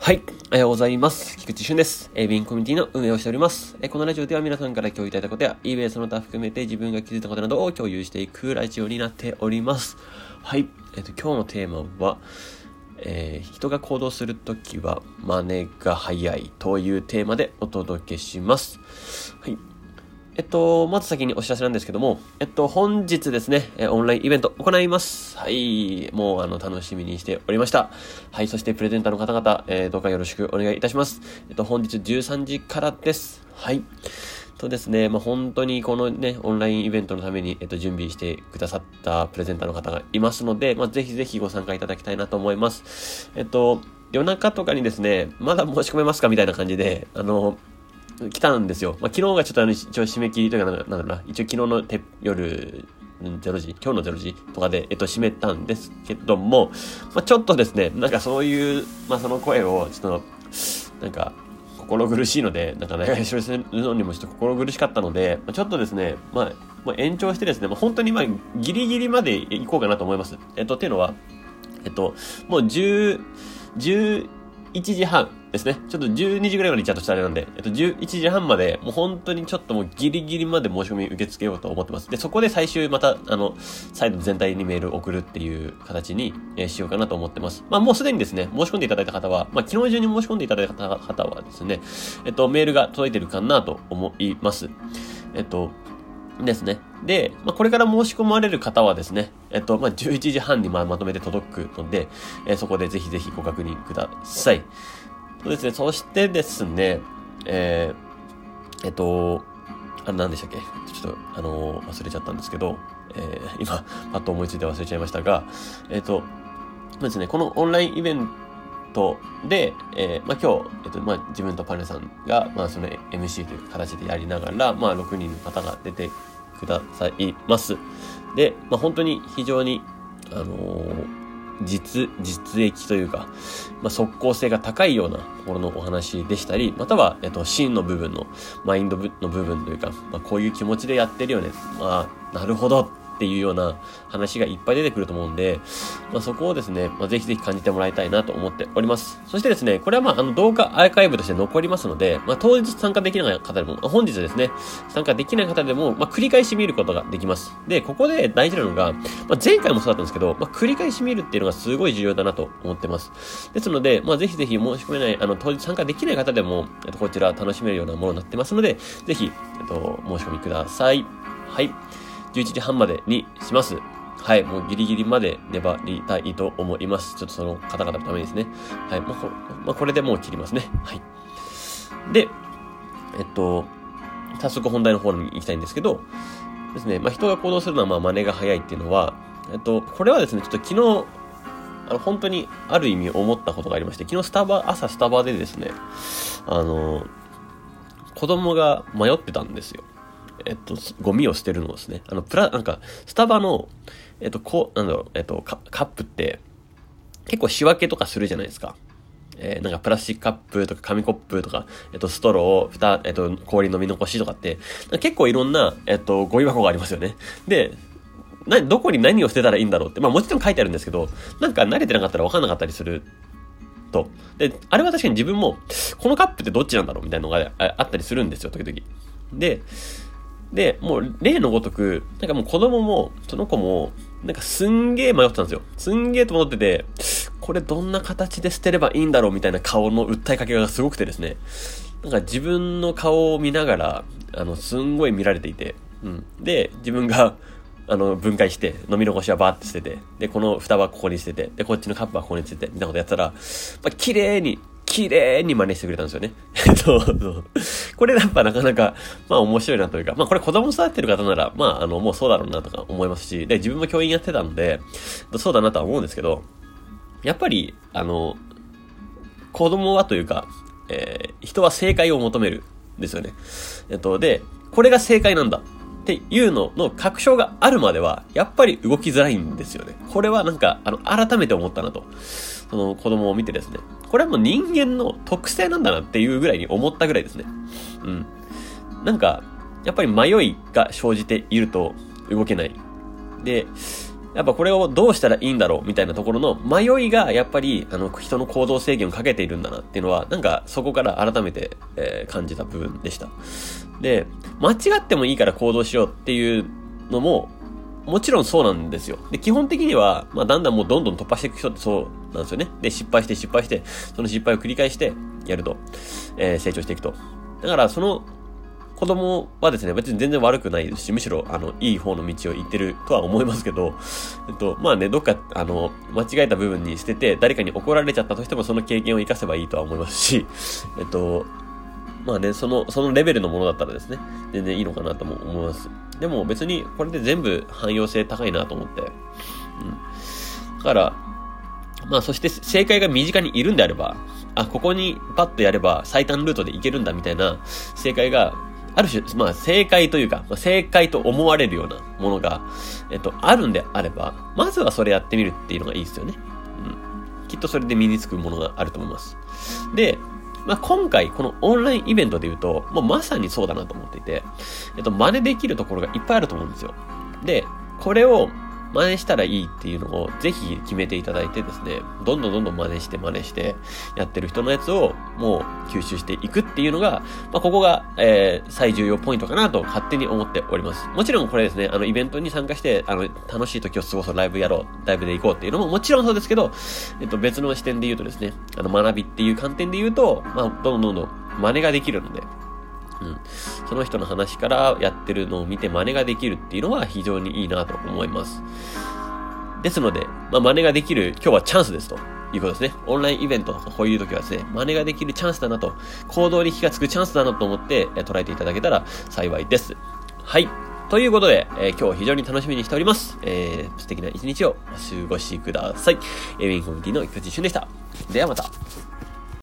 はい、おはようございます。菊池俊です。ウィンコミュニティの運営をしております。このラジオでは皆さんから共有いただいたことや、eBay その他含めて自分が気づいたことなどを共有していくラジオになっております。はい、今日のテーマは、人が行動するときは真似が早いというテーマでお届けします。はい。まず先にお知らせなんですけども、本日ですね、オンラインイベント行います。はい。もう、楽しみにしておりました。はい。そして、プレゼンターの方々、どうかよろしくお願いいたします。本日13時からです。はい。とですね、本当にこのね、オンラインイベントのために、準備してくださったプレゼンターの方がいますので、ぜひぜひご参加いただきたいなと思います。夜中とかにですね、まだ申し込めますかみたいな感じで、来たんですよ。昨日がちょっと一応締め切りというか、なんだろうな、一応昨日の夜0時、今日の0時とかで、締めたんですけども、ちょっとですね、なんかそういう、その声を、ちょっと、なんか、心苦しいので、なんか長い処理するのにもちょっと心苦しかったので、ちょっとですね、延長してですね、本当にギリギリまで行こうかなと思います。っていうのは、もう11時半ですね。ちょっと12時ぐらいまで行っちゃうとしたらあれなんで、11時半まで、もう本当にちょっともうギリギリまで申し込み受け付けようと思ってます。で、そこで最終また、再度全体にメールを送るっていう形に、しようかなと思ってます。もうすでにですね、申し込んでいただいた方は、昨日中に申し込んでいただいた方はですね、メールが届いてるかなと思います。ですね。で、これから申し込まれる方はですね、11時半にまとめて届くので、そこでぜひぜひご確認ください。そうですね。そしてですね、何でしたっけ？ちょっと、忘れちゃったんですけど、今、パッと思いついて忘れちゃいましたが、そうですね、このオンラインイベントで、今日、自分とパネさんが、その MC という形でやりながら、6人の方が出てくださいます。で、本当に非常に、実益というか、即効性が高いようなところのお話でしたり、または、真の部分の、マインドの部分というか、こういう気持ちでやってるよね。なるほど。っていうような話がいっぱい出てくると思うんで、そこをですね、ぜひぜひ感じてもらいたいなと思っております。そしてですね、これは動画アーカイブとして残りますので、当日参加できない方でも、本日ですね、参加できない方でも、繰り返し見ることができます。で、ここで大事なのが、前回もそうだったんですけど、繰り返し見るっていうのがすごい重要だなと思ってます。ですので、ぜひぜひ申し込めない、当日参加できない方でも、こちら楽しめるようなものになってますので、ぜひ、申し込みください。はい。11時半までにします。はい。もうギリギリまで粘りたいと思います。ちょっとその方々のためにですね。はい。これでもう切りますね。はい。で、早速本題の方に行きたいんですけど、ですね。人が行動するのは真似が早いっていうのは、これはですね、ちょっと昨日、本当にある意味思ったことがありまして、昨日朝スタバでですね、子供が迷ってたんですよ。ゴミを捨てるのですね。なんか、スタバの、カップって、結構仕分けとかするじゃないですか。なんかプラスチックカップとか紙コップとか、ストロー、氷飲み残しとかって、結構いろんな、ゴミ箱がありますよね。で、どこに何を捨てたらいいんだろうって、もちろん書いてあるんですけど、なんか慣れてなかったら分かんなかったりすると。で、あれは確かに自分も、このカップってどっちなんだろうみたいなのがあったりするんですよ、時々。で、もう例のごとく、なんかもう子供も、その子も、なんかすんげー迷ってたんですよ。すんげーと思ってて、これどんな形で捨てればいいんだろうみたいな顔の訴えかけがすごくてですね。なんか自分の顔を見ながら、すんごい見られていて、で、自分が、分解して、飲み残しはバーって捨てて、で、この蓋はここに捨てて、で、こっちのカップはここに捨てて、みたいなことやったら、綺麗に真似してくれたんですよね。これやっぱなかなか、面白いなというか、これ子供育ってる方なら、もうそうだろうなとか思いますし、で、自分も教員やってたので、そうだなとは思うんですけど、やっぱり、子供はというか、人は正解を求めるんですよね。で、これが正解なんだっていうのの確証があるまでは、やっぱり動きづらいんですよね。これはなんか、改めて思ったなと。その子供を見てですね。これはもう人間の特性なんだなっていうぐらいに思ったぐらいですね。なんか、やっぱり迷いが生じていると動けない。で、 やっぱこれをどうしたらいいんだろうみたいなところの迷いがやっぱり人の行動制限をかけているんだなっていうのはなんかそこから改めて、感じた部分でした。で、間違ってもいいから行動しようっていうのももちろんそうなんですよ。で、基本的にはだんだんもうどんどん突破していく人ってそうなんですよね。で、失敗してその失敗を繰り返してやると、成長していくと。だからその子供はですね、別に全然悪くないですし、むしろ、いい方の道を行ってるとは思いますけど、どっか、間違えた部分に捨てて、誰かに怒られちゃったとしても、その経験を活かせばいいとは思いますし、そのレベルのものだったらですね、全然いいのかなとも思います。でも別に、これで全部汎用性高いなと思って、だから、そして正解が身近にいるんであれば、ここにパッとやれば最短ルートでいけるんだみたいな正解が、ある種、正解というか、正解と思われるようなものが、あるんであれば、まずはそれやってみるっていうのがいいですよね。きっとそれで身につくものがあると思います。で、今回、このオンラインイベントで言うと、まさにそうだなと思っていて、真似できるところがいっぱいあると思うんですよ。で、これを真似したらいいっていうのをぜひ決めていただいてですね、どんどん真似してやってる人のやつをもう吸収していくっていうのが、ここが、最重要ポイントかなと勝手に思っております。もちろんこれですね、イベントに参加して、楽しい時を過ごそう、ライブで行こうっていうのももちろんそうですけど、別の視点で言うとですね、学びっていう観点で言うと、どんどん真似ができるので、その人の話からやってるのを見て真似ができるっていうのは非常にいいなと思います。ですので、真似ができる今日はチャンスですということですね。オンラインイベントとかこういう時はですね、真似ができるチャンスだなと、行動に火がつくチャンスだなと思って捉えていただけたら幸いです。はい。ということで、今日非常に楽しみにしております。素敵な一日をお過ごしください。ウィンコミュニティの菊池俊でした。ではまた。